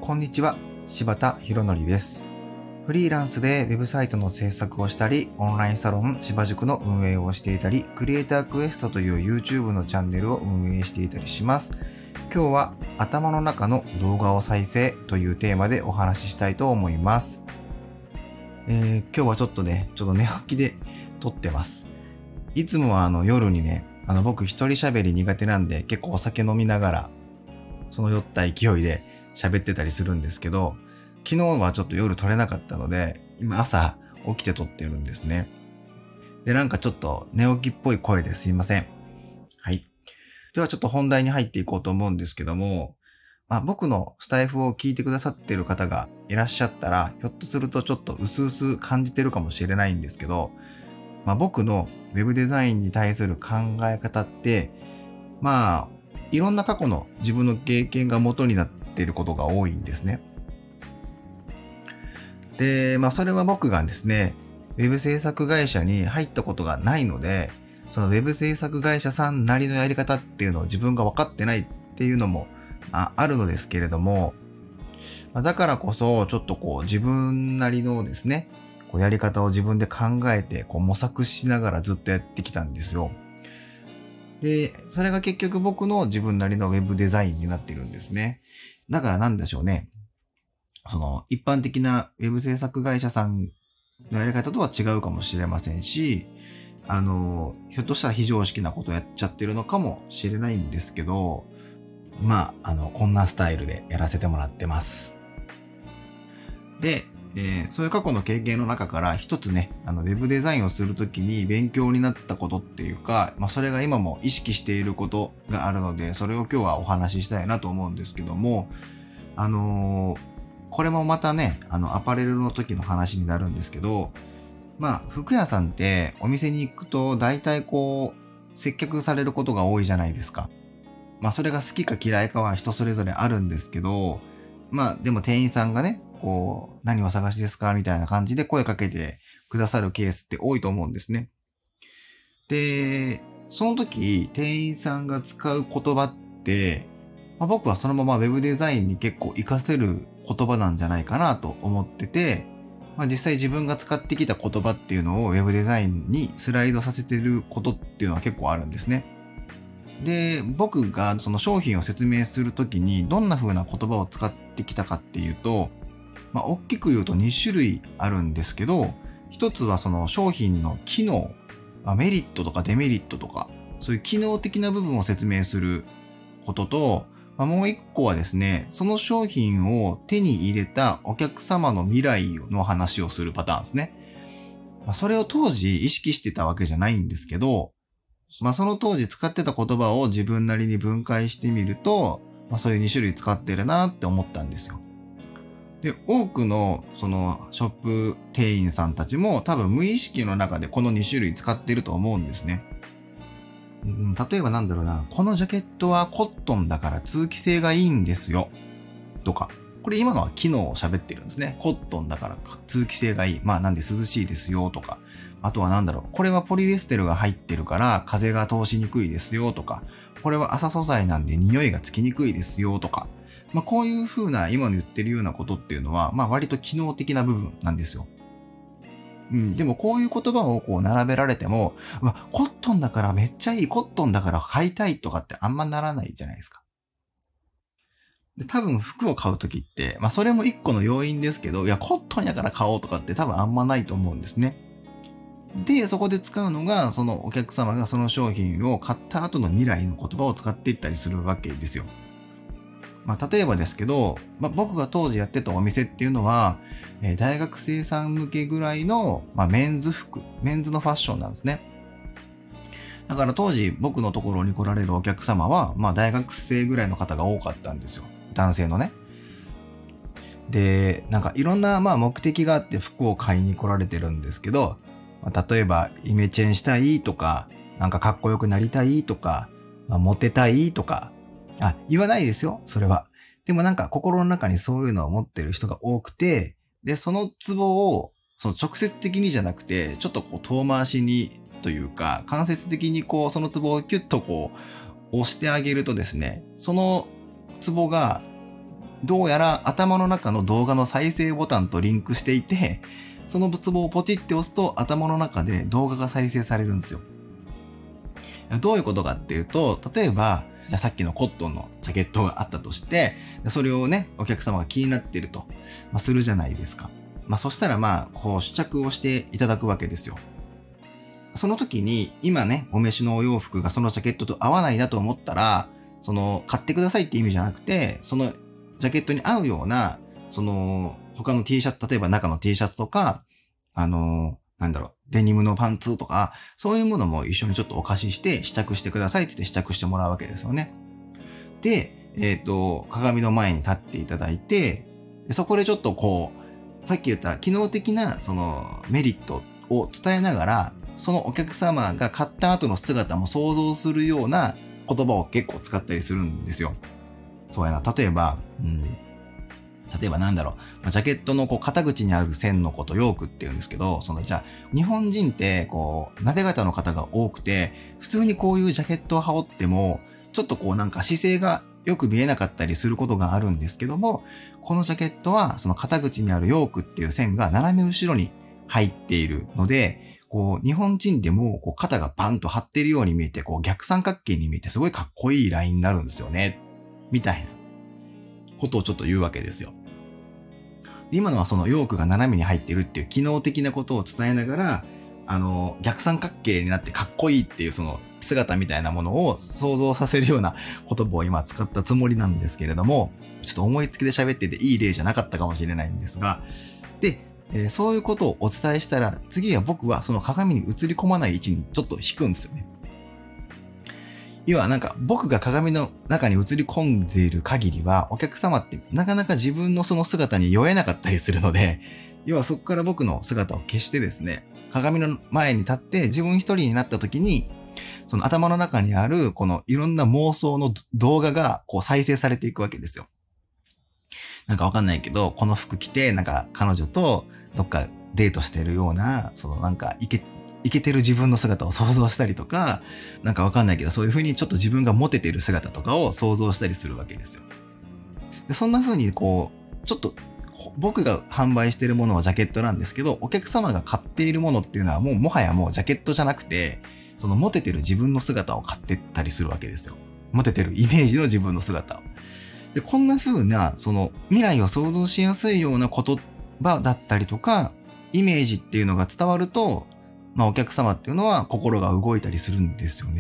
こんにちは、柴田博則です。フリーランスでウェブサイトの制作をしたり、オンラインサロン柴塾の運営をしていたり、クリエイタークエストという YouTube のチャンネルを運営していたりします。今日は頭の中の動画を再生というテーマでお話ししたいと思います。今日はちょっと寝起きで撮ってます。いつもは夜にね、僕一人喋り苦手なんで結構お酒飲みながら、その酔った勢いで喋ってたりするんですけど、昨日はちょっと夜撮れなかったので、今朝起きて撮ってるんですね。で、なんかちょっと寝起きっぽい声ですいません。はい。ではちょっと本題に入っていこうと思うんですけども、僕のスタイフを聞いてくださっている方がいらっしゃったら、ひょっとするとちょっと薄々感じてるかもしれないんですけど、僕のウェブデザインに対する考え方って、いろんな過去の自分の経験が元になっていることが多いんですね。で、それは僕がですね、ウェブ制作会社に入ったことがないので、そのウェブ制作会社さんなりのやり方っていうのを自分が分かってないっていうのもあるのですけれども、だからこそちょっと自分なりのですね、やり方を自分で考えて模索しながらずっとやってきたんですよ。で、それが結局僕の自分なりのウェブデザインになっているんですね。だからなんでしょうね。その一般的なウェブ制作会社さんのやり方とは違うかもしれませんし、ひょっとしたら非常識なことをやっちゃってるのかもしれないんですけど、こんなスタイルでやらせてもらってます。で、そういう過去の経験の中から一つね、ウェブデザインをするときに勉強になったことっていうか、それが今も意識していることがあるので、それを今日はお話ししたいなと思うんですけども、これもまたね、アパレルの時の話になるんですけど、服屋さんってお店に行くと大体接客されることが多いじゃないですか。それが好きか嫌いかは人それぞれあるんですけど、でも店員さんがね、何をお探しですかみたいな感じで声かけてくださるケースって多いと思うんですね。で、その時、店員さんが使う言葉って、僕はそのままウェブデザインに結構活かせる言葉なんじゃないかなと思ってて、実際自分が使ってきた言葉っていうのをウェブデザインにスライドさせてることっていうのは結構あるんですね。で、僕がその商品を説明するときにどんな風な言葉を使ってきたかっていうと、大きく言うと2種類あるんですけど、一つはその商品の機能、メリットとかデメリットとか、そういう機能的な部分を説明することと、もう一個はですね、その商品を手に入れたお客様の未来の話をするパターンですね。それを当時意識してたわけじゃないんですけど、その当時使ってた言葉を自分なりに分解してみると、そういう2種類使ってるなって思ったんですよ。で、多くのそのショップ店員さんたちも多分無意識の中でこの2種類使ってると思うんですね。例えばこのジャケットはコットンだから通気性がいいんですよ。とか。これ今のは機能を喋ってるんですね。コットンだから通気性がいい。なんで涼しいですよとか。あとはこれはポリエステルが入ってるから風が通しにくいですよとか。これは麻素材なんで匂いがつきにくいですよとか。こういう風な今の言ってるようなことっていうのは、割と機能的な部分なんですよ。でもこういう言葉を並べられても、コットンだからめっちゃいい、コットンだから買いたいとかってあんまならないじゃないですか。で、多分服を買うときって、それも一個の要因ですけど、コットンやから買おうとかって多分あんまないと思うんですね。で、そこで使うのが、そのお客様がその商品を買った後の未来の言葉を使っていったりするわけですよ。例えばですけど、僕が当時やってたお店っていうのは、大学生さん向けぐらいの、メンズ服、メンズのファッションなんですね。だから当時僕のところに来られるお客様は、大学生ぐらいの方が多かったんですよ。男性のね。で、いろんな目的があって服を買いに来られてるんですけど、例えばイメチェンしたいとか、かっこよくなりたいとか、モテたいとか、言わないですよ、それは。でも心の中にそういうのを持ってる人が多くて、で、そのツボを、その直接的にじゃなくて、ちょっと遠回しにというか、間接的にそのツボをキュッと押してあげるとですね、そのツボがどうやら頭の中の動画の再生ボタンとリンクしていて、そのツボをポチって押すと頭の中で動画が再生されるんですよ。どういうことかっていうと、例えば、じゃあさっきのコットンのジャケットがあったとして、それをね、お客様が気になってると、するじゃないですか。そしたらこう試着をしていただくわけですよ。その時に、今ね、お召しのお洋服がそのジャケットと合わないなと思ったら、買ってくださいって意味じゃなくて、そのジャケットに合うような、他の T シャツ、例えば中の T シャツとか、デニムのパンツとか、そういうものも一緒にちょっとお貸しして試着してくださいって言って試着してもらうわけですよね。で、鏡の前に立っていただいて、そこでちょっとさっき言った機能的なメリットを伝えながら、そのお客様が買った後の姿も想像するような言葉を結構使ったりするんですよ。そうやな。例えばジャケットの肩口にある線のことヨークって言うんですけど、じゃあ、日本人ってなで型の方が多くて、普通にこういうジャケットを羽織っても、ちょっと姿勢がよく見えなかったりすることがあるんですけども、このジャケットはその肩口にあるヨークっていう線が斜め後ろに入っているので、日本人でも肩がバンと張っているように見えて、逆三角形に見えてすごいかっこいいラインになるんですよね。みたいなことをちょっと言うわけですよ。今のはそのヨークが斜めに入っているっていう機能的なことを伝えながら、逆三角形になってかっこいいっていうその姿みたいなものを想像させるような言葉を今使ったつもりなんですけれども、ちょっと思いつきで喋ってていい例じゃなかったかもしれないんですが、で、そういうことをお伝えしたら、次は僕はその鏡に映り込まない位置にちょっと引くんですよね。要は僕が鏡の中に映り込んでいる限りは、お客様ってなかなか自分のその姿に酔えなかったりするので、要はそこから僕の姿を消してですね、鏡の前に立って自分一人になった時に、その頭の中にあるこのいろんな妄想の動画が再生されていくわけですよ。わかんないけど、この服着て彼女とどっかデートしてるような、イケてる自分の姿を想像したりとか、わかんないけど、そういう風にちょっと自分がモテてる姿とかを想像したりするわけですよ。でそんな風にちょっと僕が販売しているものはジャケットなんですけど、お客様が買っているものっていうのはもはやジャケットじゃなくて、そのモテてる自分の姿を買ってったりするわけですよ。モテてるイメージの自分の姿を。で、こんな風な、未来を想像しやすいような言葉だったりとか、イメージっていうのが伝わると、お客様っていうのは心が動いたりするんですよね。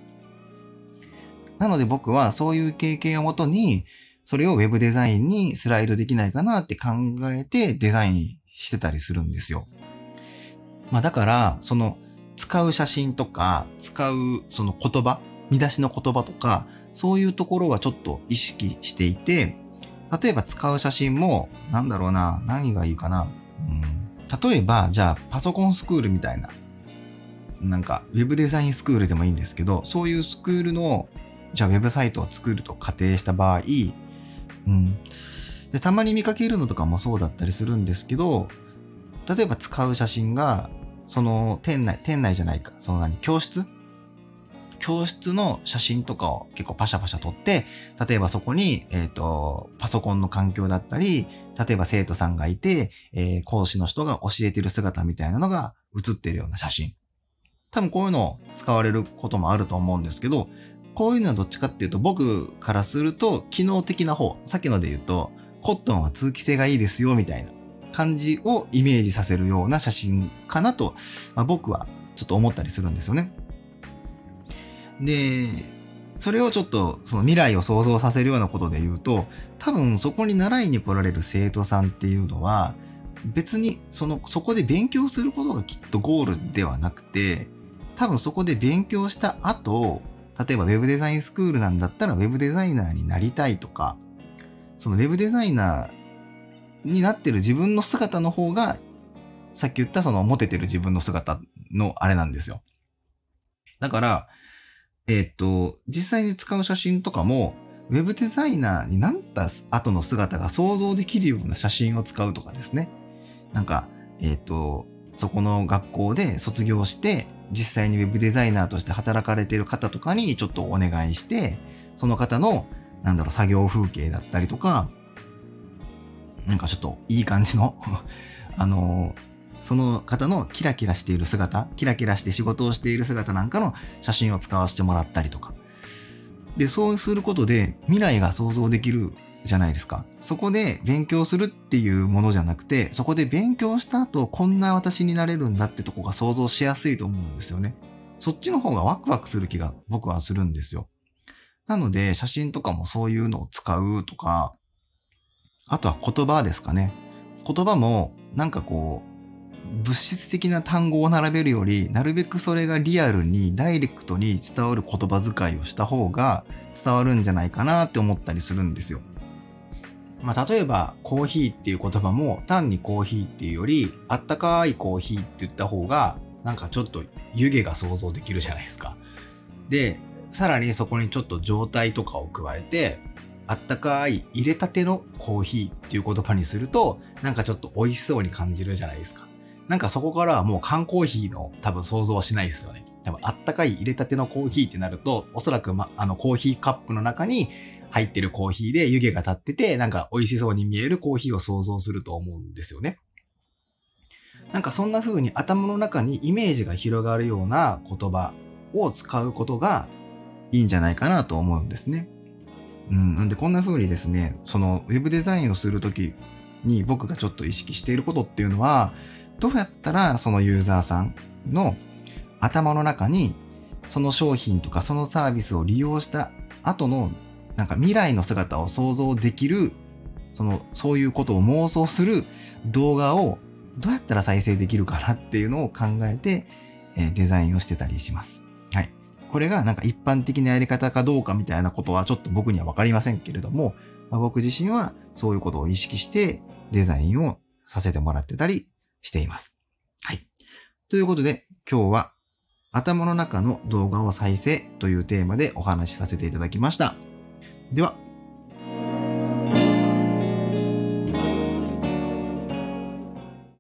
なので僕はそういう経験をもとに、それをウェブデザインにスライドできないかなって考えてデザインしてたりするんですよ。だから、使う写真とか、使うその言葉、見出しの言葉とか、そういうところはちょっと意識していて、例えば使う写真も、何がいいかな。例えば、じゃあ、パソコンスクールみたいな、ウェブデザインスクールでもいいんですけど、そういうスクールの、じゃあ、ウェブサイトを作ると仮定した場合、でたまに見かけるのとかもそうだったりするんですけど、例えば使う写真が、店内じゃないか、教室の写真とかを結構パシャパシャ撮って、例えばそこに、パソコンの環境だったり、例えば生徒さんがいて、講師の人が教えてる姿みたいなのが写ってるような写真。多分こういうのを使われることもあると思うんですけど、こういうのはどっちかっていうと僕からすると機能的な方、さっきので言うとコットンは通気性がいいですよみたいな感じをイメージさせるような写真かなと、僕はちょっと思ったりするんですよね。で、それをちょっとその未来を想像させるようなことで言うと、多分そこに習いに来られる生徒さんっていうのは別にそこで勉強することがきっとゴールではなくて、多分そこで勉強した後、例えばウェブデザインスクールなんだったらウェブデザイナーになりたいとか、そのウェブデザイナーになってる自分の姿の方が、さっき言ったそのモテてる自分の姿のあれなんですよ。だから、実際に使う写真とかも、ウェブデザイナーになった後の姿が想像できるような写真を使うとかですね。そこの学校で卒業して、実際にウェブデザイナーとして働かれている方とかにちょっとお願いして、その方の、作業風景だったりとか、 なんかちょっといい感じのその方のキラキラしている姿、キラキラして仕事をしている姿なんかの写真を使わせてもらったりとか。で、そうすることで未来が想像できるじゃないですか。そこで勉強するっていうものじゃなくて、そこで勉強した後、こんな私になれるんだってとこが想像しやすいと思うんですよね。そっちの方がワクワクする気が僕はするんですよ。なので、写真とかもそういうのを使うとか、あとは言葉ですかね。言葉も、なんかこう、物質的な単語を並べるより、なるべくそれがリアルに、ダイレクトに伝わる言葉遣いをした方が伝わるんじゃないかなって思ったりするんですよ。まあ、例えば、コーヒーっていう言葉も、単にコーヒーっていうより、あったかいコーヒーって言った方が、なんかちょっと湯気が想像できるじゃないですか。で、さらにそこにちょっと状態とかを加えて、あったかい入れたてのコーヒーっていう言葉にすると、なんかちょっと美味しそうに感じるじゃないですか。なんかそこからはもう缶コーヒーの多分想像はしないですよね。多分あったかい入れたてのコーヒーってなると、おそらくコーヒーカップの中に入ってるコーヒーで湯気が立ってて、なんか美味しそうに見えるコーヒーを想像すると思うんですよね。なんかそんな風に頭の中にイメージが広がるような言葉を使うことがいいんじゃないかなと思うんですね。なんでこんな風にですね、そのウェブデザインをするときに僕がちょっと意識していることっていうのは、どうやったらそのユーザーさんの頭の中にその商品とかそのサービスを利用した後のなんか未来の姿を想像できる、そういうことを妄想する動画をどうやったら再生できるかなっていうのを考えて、デザインをしてたりします。はい。これがなんか一般的なやり方かどうかみたいなことはちょっと僕にはわかりませんけれども、僕自身はそういうことを意識してデザインをさせてもらってたりしています。はい。ということで今日は頭の中の動画を再生というテーマでお話しさせていただきました。では